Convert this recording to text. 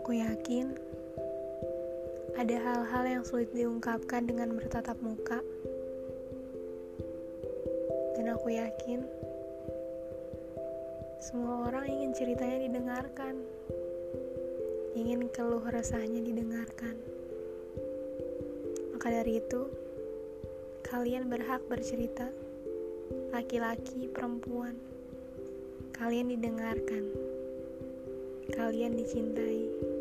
Aku yakin ada hal-hal yang sulit diungkapkan dengan bertatap muka. Dan aku yakin semua orang ingin ceritanya didengarkan, ingin keluh resahnya didengarkan. Maka dari itu, kalian berhak bercerita, laki-laki, perempuan. Kalian didengarkan, kalian dicintai.